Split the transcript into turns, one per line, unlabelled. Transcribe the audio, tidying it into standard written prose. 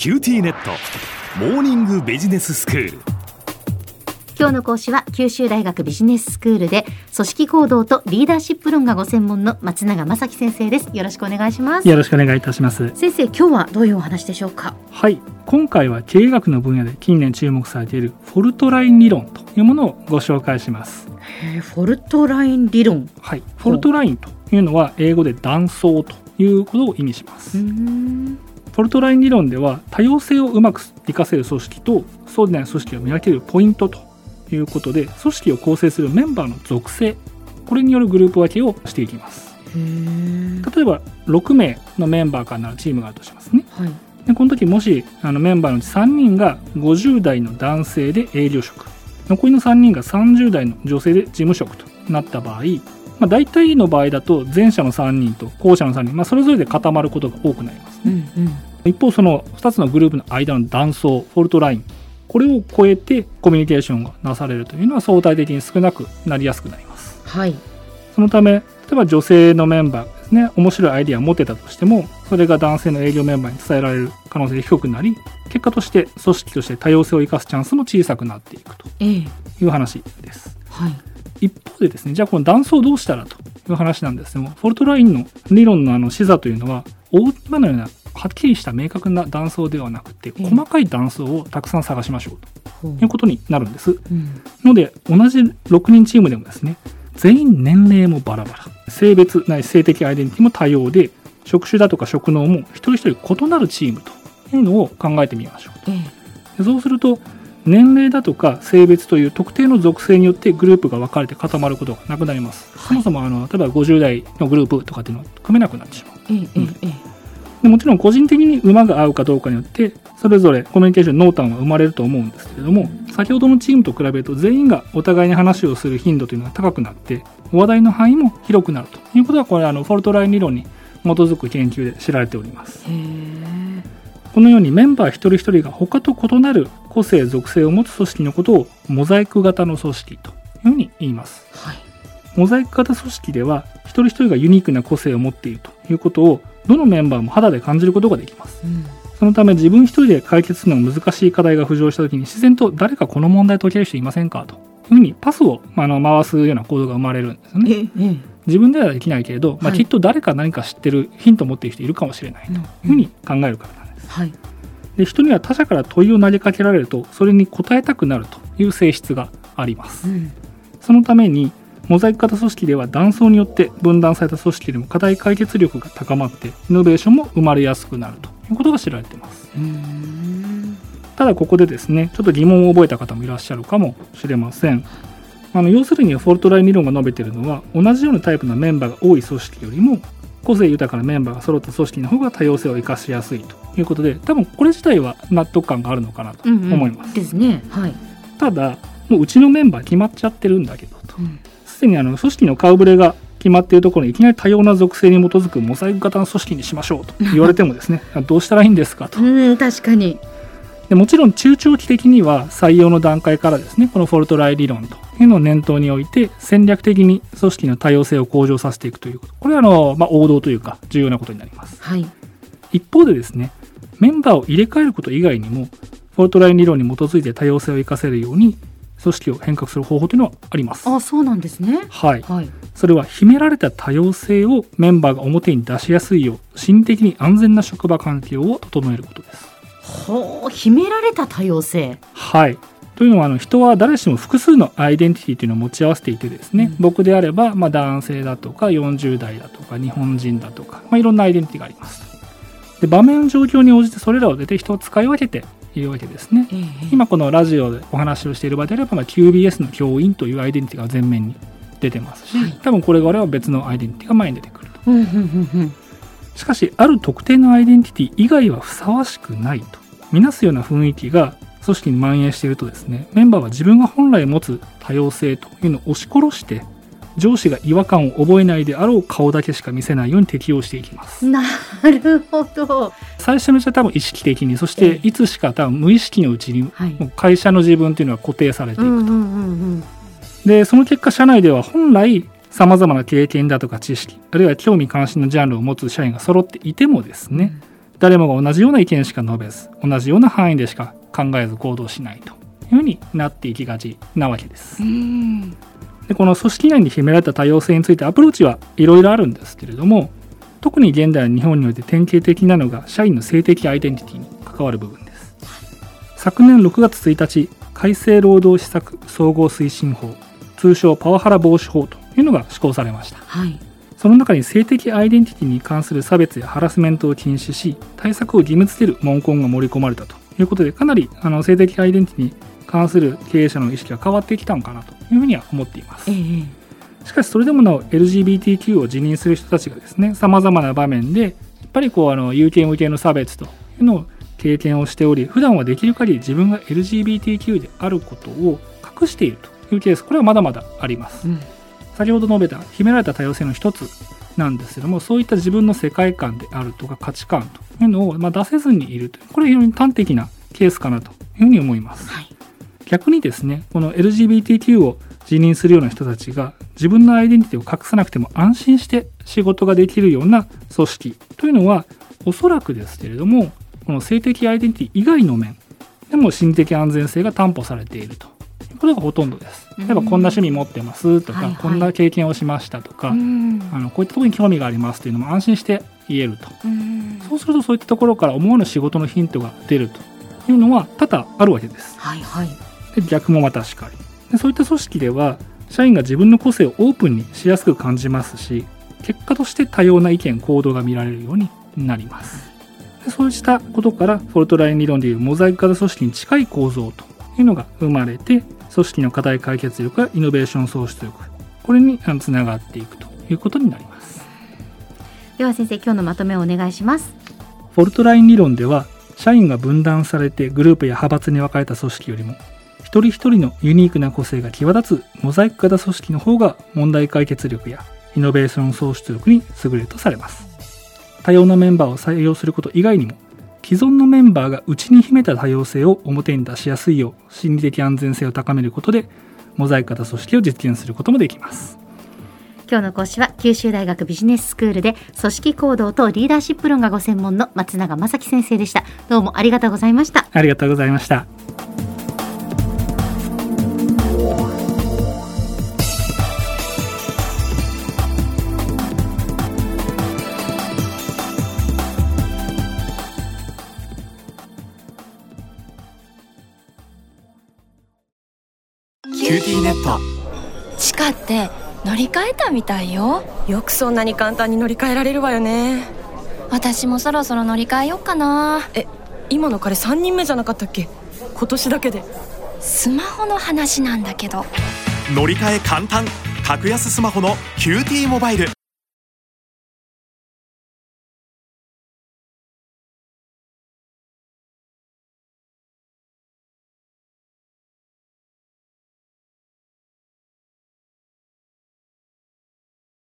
キューティーネットモーニングビジネススクール。
今日の講師は九州大学ビジネススクールで組織行動とリーダーシップ論がご専門の松永正樹先生です。よろしくお願いします。
よろしくお願いいたします。
先生、今日はどういうお話でしょうか？
はい、今回は経営学の分野で近年注目されているフォルトライン理論というものをご紹介します。
フォルトライン理論。
はい、フォルトラインというのは英語で断層ということを意味します。フォルトライン理論では多様性をうまく活かせる組織とそうでない組織を見分けるポイントということで、組織を構成するメンバーの属性、これによるグループ分けをしていきます。例えば6名のメンバーからなるチームがあるとしますね、はい、でこの時もしメンバーのうち3人が50代の男性で営業職、残りの3人が30代の女性で事務職となった場合、大体の場合だと前者の3人と後者の3人、それぞれで固まることが多くなりますね、一方その2つのグループの間の断層、フォルトライン、これを超えてコミュニケーションがなされるというのは相対的に少なくなりやすくなります、はい、そのため例えば女性のメンバーがですね、面白いアイデアを持ってたとしても、それが男性の営業メンバーに伝えられる可能性が低くなり、結果として組織として多様性を生かすチャンスも小さくなっていくという話です、はい、一方でですね、じゃあこの断層をどうしたらという話なんですけども、フォルトラインの理論の視座というのは今のようなはっきりした明確な断層ではなくて、細かい断層をたくさん探しましょうということになるんです、ので同じ6人チームでもですね、全員年齢もバラバラ、性別ない性的アイデンティティも多様で、職種だとか職能も一人一人異なるチームというのを考えてみましょうと、そうすると年齢だとか性別という特定の属性によってグループが分かれて固まることがなくなります、そもそも例えば50代のグループとかっていうのを組めなくなってしまう、でもちろん個人的に馬が合うかどうかによってそれぞれコミュニケーション濃淡は生まれると思うんですけれども、先ほどのチームと比べると全員がお互いに話をする頻度というのが高くなって話題の範囲も広くなるということは、これフォルトライン理論に基づく研究で知られております。このようにメンバー一人一人が他と異なる個性属性を持つ組織のことをモザイク型の組織というふうに言います、はい、モザイク型組織では一人一人がユニークな個性を持っているということをどのメンバーも肌で感じることができます、そのため自分一人で解決するのが難しい課題が浮上したときに、自然と誰かこの問題解ける人いませんかというふうにパスを回すような行動が生まれるんですよね。自分ではできないけれど、きっと誰か何か知ってるヒントを持っている人いるかもしれないというふうに考えるからなんです、で人には他者から問いを投げかけられるとそれに答えたくなるという性質があります、そのためにモザイク型組織では断層によって分断された組織でも課題解決力が高まってイノベーションも生まれやすくなるということが知られています。ただここでですね、ちょっと疑問を覚えた方もいらっしゃるかもしれません。要するにフォルトライン理論が述べているのは、同じようなタイプのメンバーが多い組織よりも個性豊かなメンバーが揃った組織の方が多様性を生かしやすいということで、多分これ自体は納得感があるのかなと思います、
ですね、はい、
ただもううちのメンバー決まっちゃってるんだけどと、すでに組織の顔ぶれが決まっているところにいきなり多様な属性に基づくモザイク型の組織にしましょうと言われてもですねどうしたらいいんですかと。
確かに。
でもちろん中長期的には採用の段階からですね、このフォルトライン理論というのを念頭に置いて戦略的に組織の多様性を向上させていくということ、これは王道というか重要なことになります、はい、一方でですね、メンバーを入れ替えること以外にもフォルトライン理論に基づいて多様性を生かせるように組織を変革する方法というのはあります。
そうなんですね。
はい、それは秘められた多様性をメンバーが表に出しやすいよう心理的に安全な職場環境を整えることです。
秘められた多様性。
はい。というのは人は誰しも複数のアイデンティティというのを持ち合わせていてですね、僕であれば男性だとか40代だとか日本人だとか、いろんなアイデンティティがあります。で場面状況に応じてそれらを出て人を使い分けているわけですね、今このラジオでお話をしている場合であれば、QBS の教員というアイデンティティが前面に出てますし、多分これからは別のアイデンティティが前に出てくると、しかしある特定のアイデンティティ以外はふさわしくないと見なすような雰囲気が組織に蔓延しているとですね、メンバーは自分が本来持つ多様性というのを押し殺して上司が違和感を覚えないであろう顔だけしか見せないように適応していきます。
なるほど。
最初のうちは多分意識的に、そしていつしか多分無意識のうちにもう会社の自分というのは固定されていくと、でその結果社内では本来さまざまな経験だとか知識、あるいは興味関心のジャンルを持つ社員が揃っていてもですね、 誰もが同じような意見しか述べず、同じような範囲でしか考えず行動しないというふうになっていきがちなわけです。でこの組織内に秘められた多様性についてアプローチはいろいろあるんですけれども、特に現代の日本において典型的なのが社員の性的アイデンティティに関わる部分です。昨年6月1日、改正労働施策総合推進法、通称パワハラ防止法というのが施行されました。その中に性的アイデンティティに関する差別やハラスメントを禁止し、対策を義務付ける文言が盛り込まれたということで、かなり性的アイデンティティに関する経営者の意識が変わってきたのかなというふうには思っています。しかしそれでもなお LGBTQ を自認する人たちがですね、様々な場面でやっぱり有形無形の差別というのを経験をしており、普段はできる限り自分が LGBTQ であることを隠しているというケース、これはまだまだあります。先ほど述べた秘められた多様性の一つなんですけども、そういった自分の世界観であるとか価値観というのを出せずにいるという、これは非常に端的なケースかなというふうに思います。逆にですね、この LGBTQ を自認するような人たちが自分のアイデンティティを隠さなくても安心して仕事ができるような組織というのは、おそらくですけれども、この性的アイデンティティ以外の面でも心理的安全性が担保されていると、これがほとんどです。例えばこんな趣味持ってますとか、こんな経験をしましたとか、こういったところに興味がありますというのも安心して言えると。そうするとそういったところから思わぬ仕事のヒントが出るというのは多々あるわけです。で逆もまたしかりで、そういった組織では社員が自分の個性をオープンにしやすく感じますし、結果として多様な意見行動が見られるようになります。でそうしたことからフォルトライン理論でいうモザイク型組織に近い構造というのが生まれて、組織の課題解決力やイノベーション創出力、これにつながっていくということになります。
では先生、今日のまとめをお願いします。
フォルトライン理論では、社員が分断されてグループや派閥に分かれた組織よりも、一人一人のユニークな個性が際立つモザイク型組織の方が問題解決力やイノベーション創出力に優れるとされます。多様なメンバーを採用すること以外にも、既存のメンバーが内に秘めた多様性を表に出しやすいよう心理的安全性を高めることで、モザイク型組織を実現することもできます。
今日の講師は九州大学ビジネススクールで組織行動とリーダーシップ論がご専門の松永正樹先生でした。どうもありがとうございました。
ありがとうございました。
キューティーネット。
地下って乗り換えたみたいよ。
よくそんなに簡単に乗り換えられるわよね。
私もそろそろ乗り換えよっかな。
今の彼3人目じゃなかったっけ？今年だけで。
スマホの話なんだけど。
乗り換え簡単、格安スマホのキューティーモバイル。